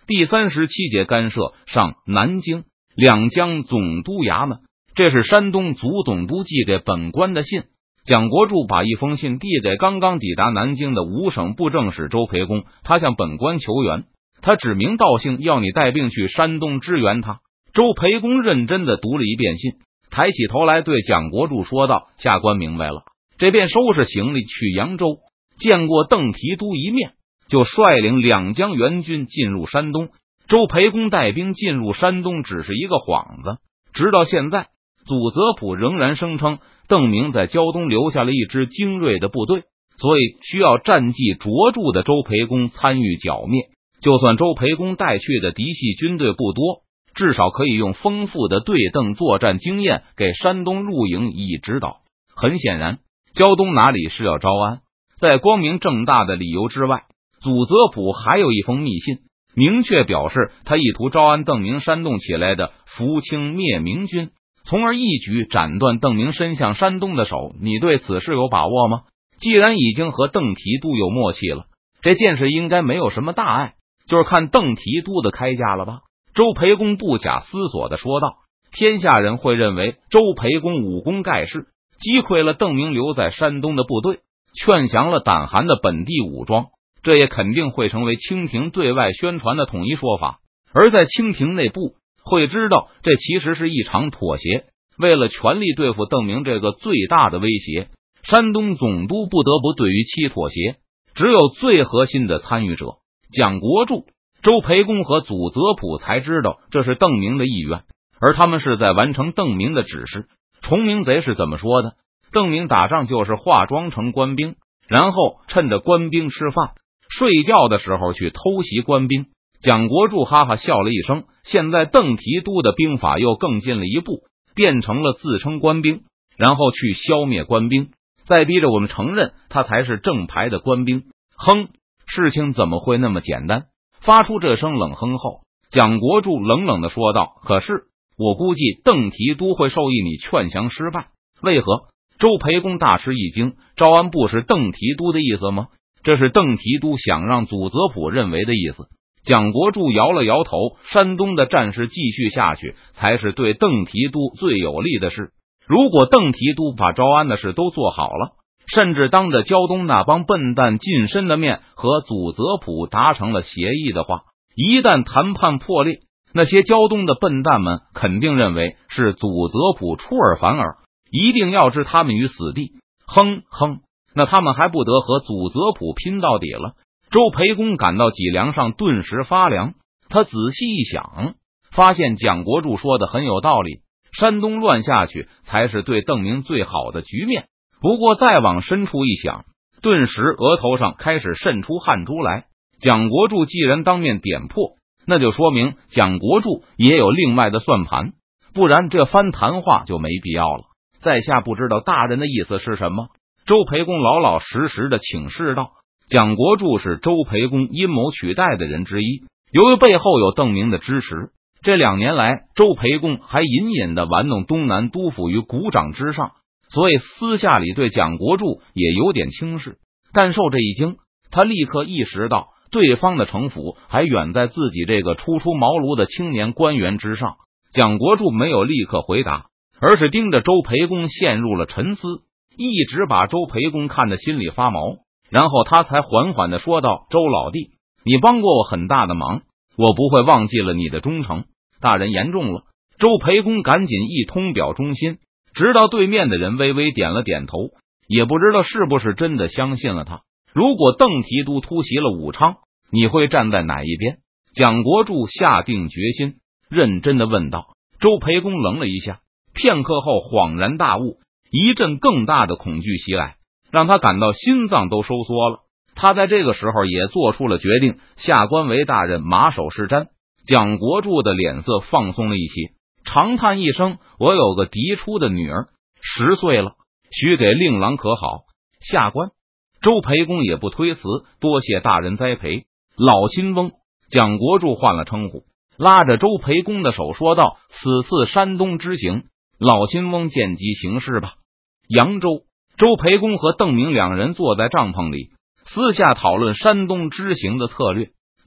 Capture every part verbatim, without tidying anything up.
第三十七节干涉上南京两江总督衙门。这是山东总总督寄给本官的信。蒋国柱把一封信递给刚刚抵达南京的五省布政使周培公，他向本官求援，他指名道姓要你带兵去山东支援他。周培公认真的读了一遍信，抬起头来对蒋国柱说道：下官明白了，这便收拾行李去扬州，见过邓提督一面，就率领两江援军进入山东。周培公带兵进入山东只是一个幌子，直到现在祖泽普仍然声称邓明在胶东留下了一支精锐的部队，所以需要战绩卓著的周培公参与剿灭。就算周培公带去的嫡系军队不多，至少可以用丰富的对邓作战经验给山东入营以指导。很显然，胶东哪里是要招安？在光明正大的理由之外，祖泽普还有一封密信，明确表示他意图招安邓明煽动起来的扶清灭明军，从而一举斩断邓明伸向山东的手。你对此事有把握吗？既然已经和邓提督有默契了，这件事应该没有什么大碍，就是看邓提督的开价了吧。周培公不假思索地说道。天下人会认为周培公武功盖世，击溃了邓明留在山东的部队，劝降了胆寒的本地武装，这也肯定会成为清廷对外宣传的统一说法。而在清廷内部会知道这其实是一场妥协，为了全力对付邓明这个最大的威胁，山东总督不得不对于其妥协。只有最核心的参与者蒋国柱、周培公和祖泽普才知道这是邓明的意愿，而他们是在完成邓明的指示。崇明贼是怎么说的？邓明打仗就是化妆成官兵，然后趁着官兵吃饭睡觉的时候去偷袭官兵。蒋国柱哈哈笑了一声，现在邓提督的兵法又更进了一步，变成了自称官兵，然后去消灭官兵，再逼着我们承认他才是正牌的官兵。哼，事情怎么会那么简单？发出这声冷哼后，蒋国柱冷冷的说道：可是我估计邓提督会授意你劝降失败。为何？周培公大吃一惊，招安不是邓提督的意思吗？这是邓提督想让祖泽普认为的意思。蒋国柱摇了摇头，山东的战事继续下去才是对邓提督最有利的事。如果邓提督把招安的事都做好了，甚至当着胶东那帮笨蛋近身的面和祖泽普达成了协议的话，一旦谈判破裂，那些胶东的笨蛋们肯定认为是祖泽普出尔反尔，一定要置他们于死地。哼哼，那他们还不得和祖泽普拼到底了？周培公感到脊梁上顿时发凉，他仔细一想，发现蒋国柱说的很有道理，山东乱下去才是对邓明最好的局面。不过再往深处一想，顿时额头上开始渗出汗珠来。蒋国柱既然当面点破，那就说明蒋国柱也有另外的算盘，不然这番谈话就没必要了。在下不知道大人的意思是什么？周培公老老实实的请示道。蒋国柱是周培公阴谋取代的人之一，由于背后有邓明的支持，这两年来周培公还隐隐的玩弄东南督府于股掌之上，所以私下里对蒋国柱也有点轻视。但受这一惊，他立刻意识到对方的城府还远在自己这个初出茅庐的青年官员之上。蒋国柱没有立刻回答，而是盯着周培公陷入了沉思，一直把周培公看得心里发毛。然后他才缓缓的说道：周老弟，你帮过我很大的忙，我不会忘记了你的忠诚。大人言重了。周培公赶紧一通表忠心，直到对面的人微微点了点头，也不知道是不是真的相信了他。如果邓提督突袭了武昌，你会站在哪一边？蒋国柱下定决心，认真的问道。周培公愣了一下，片刻后恍然大悟，一阵更大的恐惧袭来，让他感到心脏都收缩了。他在这个时候也做出了决定，下官为大人马首是瞻。蒋国柱的脸色放松了一些，长叹一声：我有个嫡出的女儿，十岁了，许给令郎可好？下官。周培公也不推辞，多谢大人栽培。老亲翁。蒋国柱换了称呼，拉着周培公的手说道：此次山东之行，老亲翁见机行事吧。扬州。周培公和邓明两人坐在帐篷里，私下讨论山东之行的策略。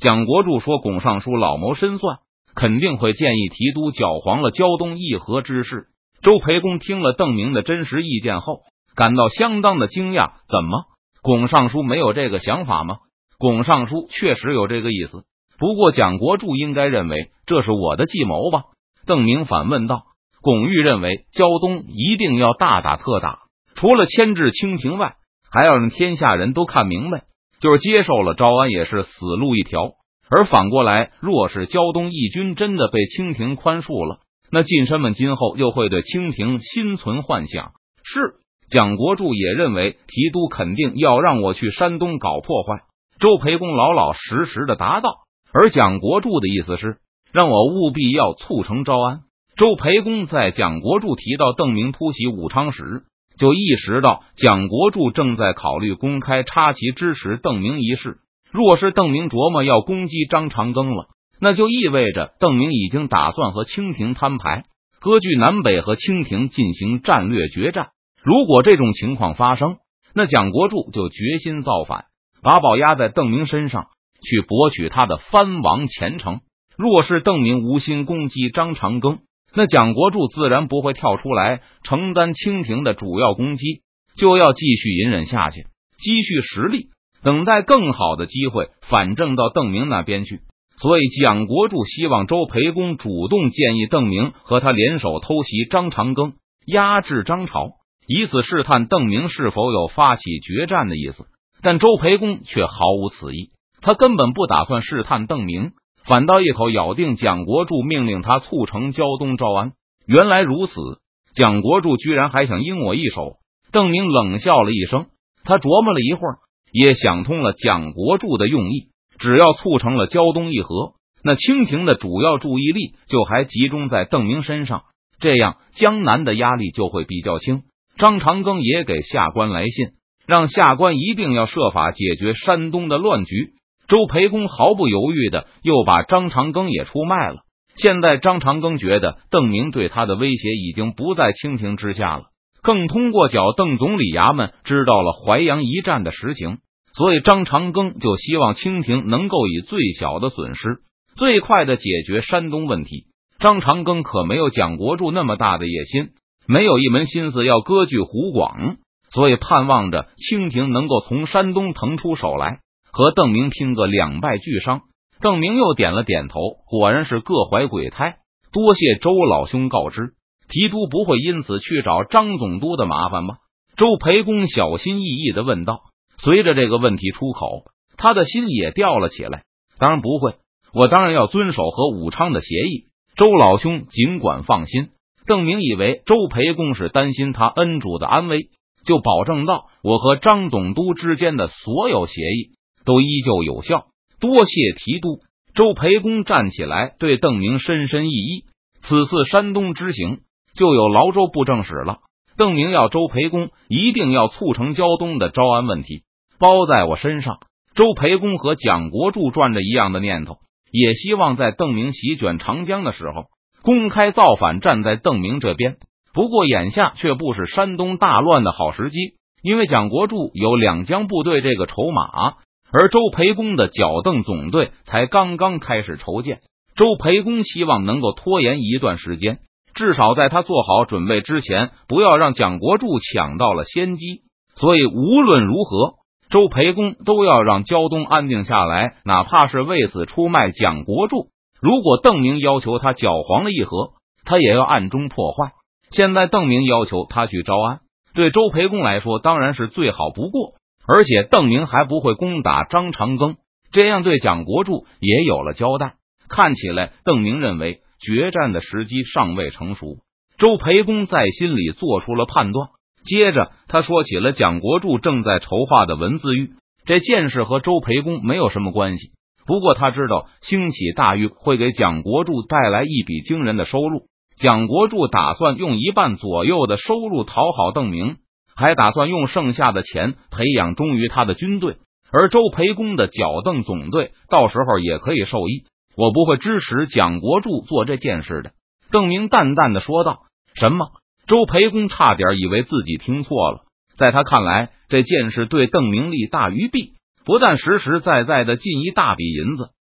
蒋国柱说龚尚书老谋深算，肯定会建议提督搅黄了胶东议和之事。周培公听了邓明的真实意见后，感到相当的惊讶。怎么，龚尚书没有这个想法吗？龚尚书确实有这个意思，不过蒋国柱应该认为这是我的计谋吧？邓明反问道。龚玉认为胶东一定要大打特打，除了牵制清廷外，还要让天下人都看明白，就是接受了招安也是死路一条。而反过来，若是胶东义军真的被清廷宽恕了，那近身们今后又会对清廷心存幻想。是，蒋国柱也认为提督肯定要让我去山东搞破坏。周培公老老实实的答道，而蒋国柱的意思是让我务必要促成招安。周培公在蒋国柱提到邓明突袭武昌时，就意识到蒋国柱正在考虑公开插旗支持邓明一事。若是邓明琢磨要攻击张长庚了，那就意味着邓明已经打算和清廷摊牌，割据南北和清廷进行战略决战。如果这种情况发生，那蒋国柱就决心造反，把宝压在邓明身上，去博取他的藩王前程。若是邓明无心攻击张长庚，那蒋国柱自然不会跳出来承担清廷的主要攻击，就要继续隐忍下去，积蓄实力，等待更好的机会反正到邓明那边去。所以蒋国柱希望周培公主动建议邓明和他联手偷袭张长庚，压制张朝，以此试探邓明是否有发起决战的意思。但周培公却毫无此意，他根本不打算试探邓明，反倒一口咬定蒋国柱命令他促成胶东招安。原来如此，蒋国柱居然还想应我一手。邓明冷笑了一声，他琢磨了一会儿，也想通了蒋国柱的用意。只要促成了胶东议和，那清廷的主要注意力就还集中在邓明身上，这样江南的压力就会比较轻。张长庚也给下官来信，让下官一定要设法解决山东的乱局。周培公毫不犹豫的又把张长庚也出卖了。现在张长庚觉得邓明对他的威胁已经不在清廷之下了，更通过剿邓总理衙门知道了淮阳一战的实情，所以张长庚就希望清廷能够以最小的损失，最快的解决山东问题。张长庚可没有蒋国柱那么大的野心，没有一门心思要割据湖广，所以盼望着清廷能够从山东腾出手来，和邓明拼个两败俱伤。邓明又点了点头，果然是各怀鬼胎。多谢周老兄告知，提督不会因此去找张总督的麻烦吗？周培公小心翼翼的问道。随着这个问题出口，他的心也掉了起来。当然不会，我当然要遵守和武昌的协议。周老兄尽管放心。邓明以为周培公是担心他恩主的安危，就保证道，我和张总督之间的所有协议都依旧有效。多谢提督。周培公站起来对邓明深深一揖，此次山东之行就有劳州布政使了。邓明要周培公一定要促成胶东的招安问题，包在我身上。周培公和蒋国柱转着一样的念头，也希望在邓明席卷长江的时候公开造反，站在邓明这边。不过眼下却不是山东大乱的好时机，因为蒋国柱有两江部队这个筹码，而周培公的剿邓总队才刚刚开始筹建。周培公希望能够拖延一段时间，至少在他做好准备之前，不要让蒋国柱抢到了先机。所以无论如何，周培公都要让胶东安定下来，哪怕是为此出卖蒋国柱。如果邓明要求他搅黄了议和，他也要暗中破坏。现在邓明要求他去招安，对周培公来说当然是最好不过，而且邓明还不会攻打张长庚，这样对蒋国柱也有了交代。看起来邓明认为决战的时机尚未成熟。周培公在心里做出了判断，接着他说起了蒋国柱正在筹划的文字狱。这件事和周培公没有什么关系，不过他知道兴起大狱会给蒋国柱带来一笔惊人的收入。蒋国柱打算用一半左右的收入讨好邓明，还打算用剩下的钱培养忠于他的军队，而周培公的剿邓总队到时候也可以受益。我不会支持蒋国柱做这件事的。邓明淡淡的说道。什么？周培公差点以为自己听错了。在他看来，这件事对邓明利大于弊，不但实实在在的进一大笔银子，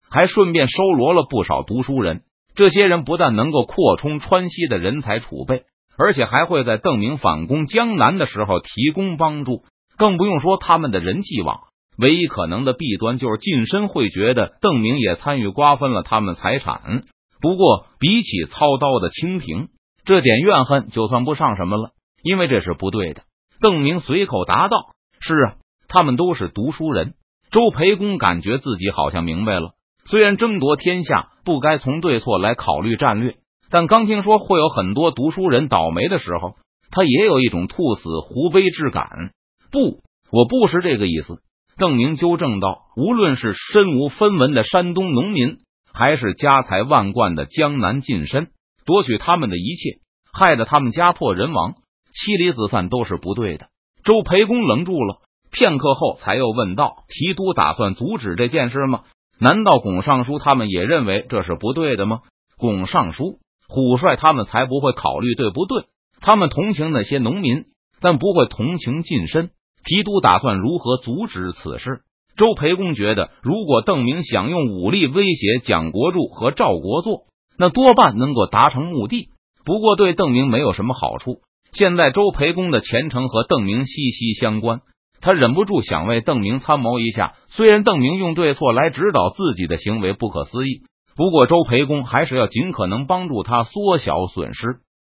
还顺便收罗了不少读书人。这些人不但能够扩充川西的人才储备，而且还会在邓明反攻江南的时候提供帮助。更不用说他们的人际网，唯一可能的弊端就是近身会觉得邓明也参与瓜分了他们财产。不过比起操刀的清廷，这点怨恨就算不上什么了，因为这是不对的。邓明随口答道：是啊，他们都是读书人。周培公感觉自己好像明白了，虽然争夺天下不该从对错来考虑战略，但刚听说会有很多读书人倒霉的时候，他也有一种兔死狐悲之感。不，我不是这个意思。邓明纠正道，无论是身无分文的山东农民，还是家财万贯的江南近身，夺取他们的一切，害得他们家破人亡，妻离子散，都是不对的。周培公愣住了，片刻后才又问道：提督打算阻止这件事吗？难道龚尚书他们也认为这是不对的吗？龚尚书、虎帅他们才不会考虑对不对，他们同情那些农民，但不会同情近身。提督打算如何阻止此事？周培公觉得，如果邓明想用武力威胁蒋国柱和赵国作，那多半能够达成目的，不过对邓明没有什么好处。现在周培公的前程和邓明息息相关，他忍不住想为邓明参谋一下。虽然邓明用对错来指导自己的行为不可思议，不过周培公还是要尽可能帮助他缩小损失。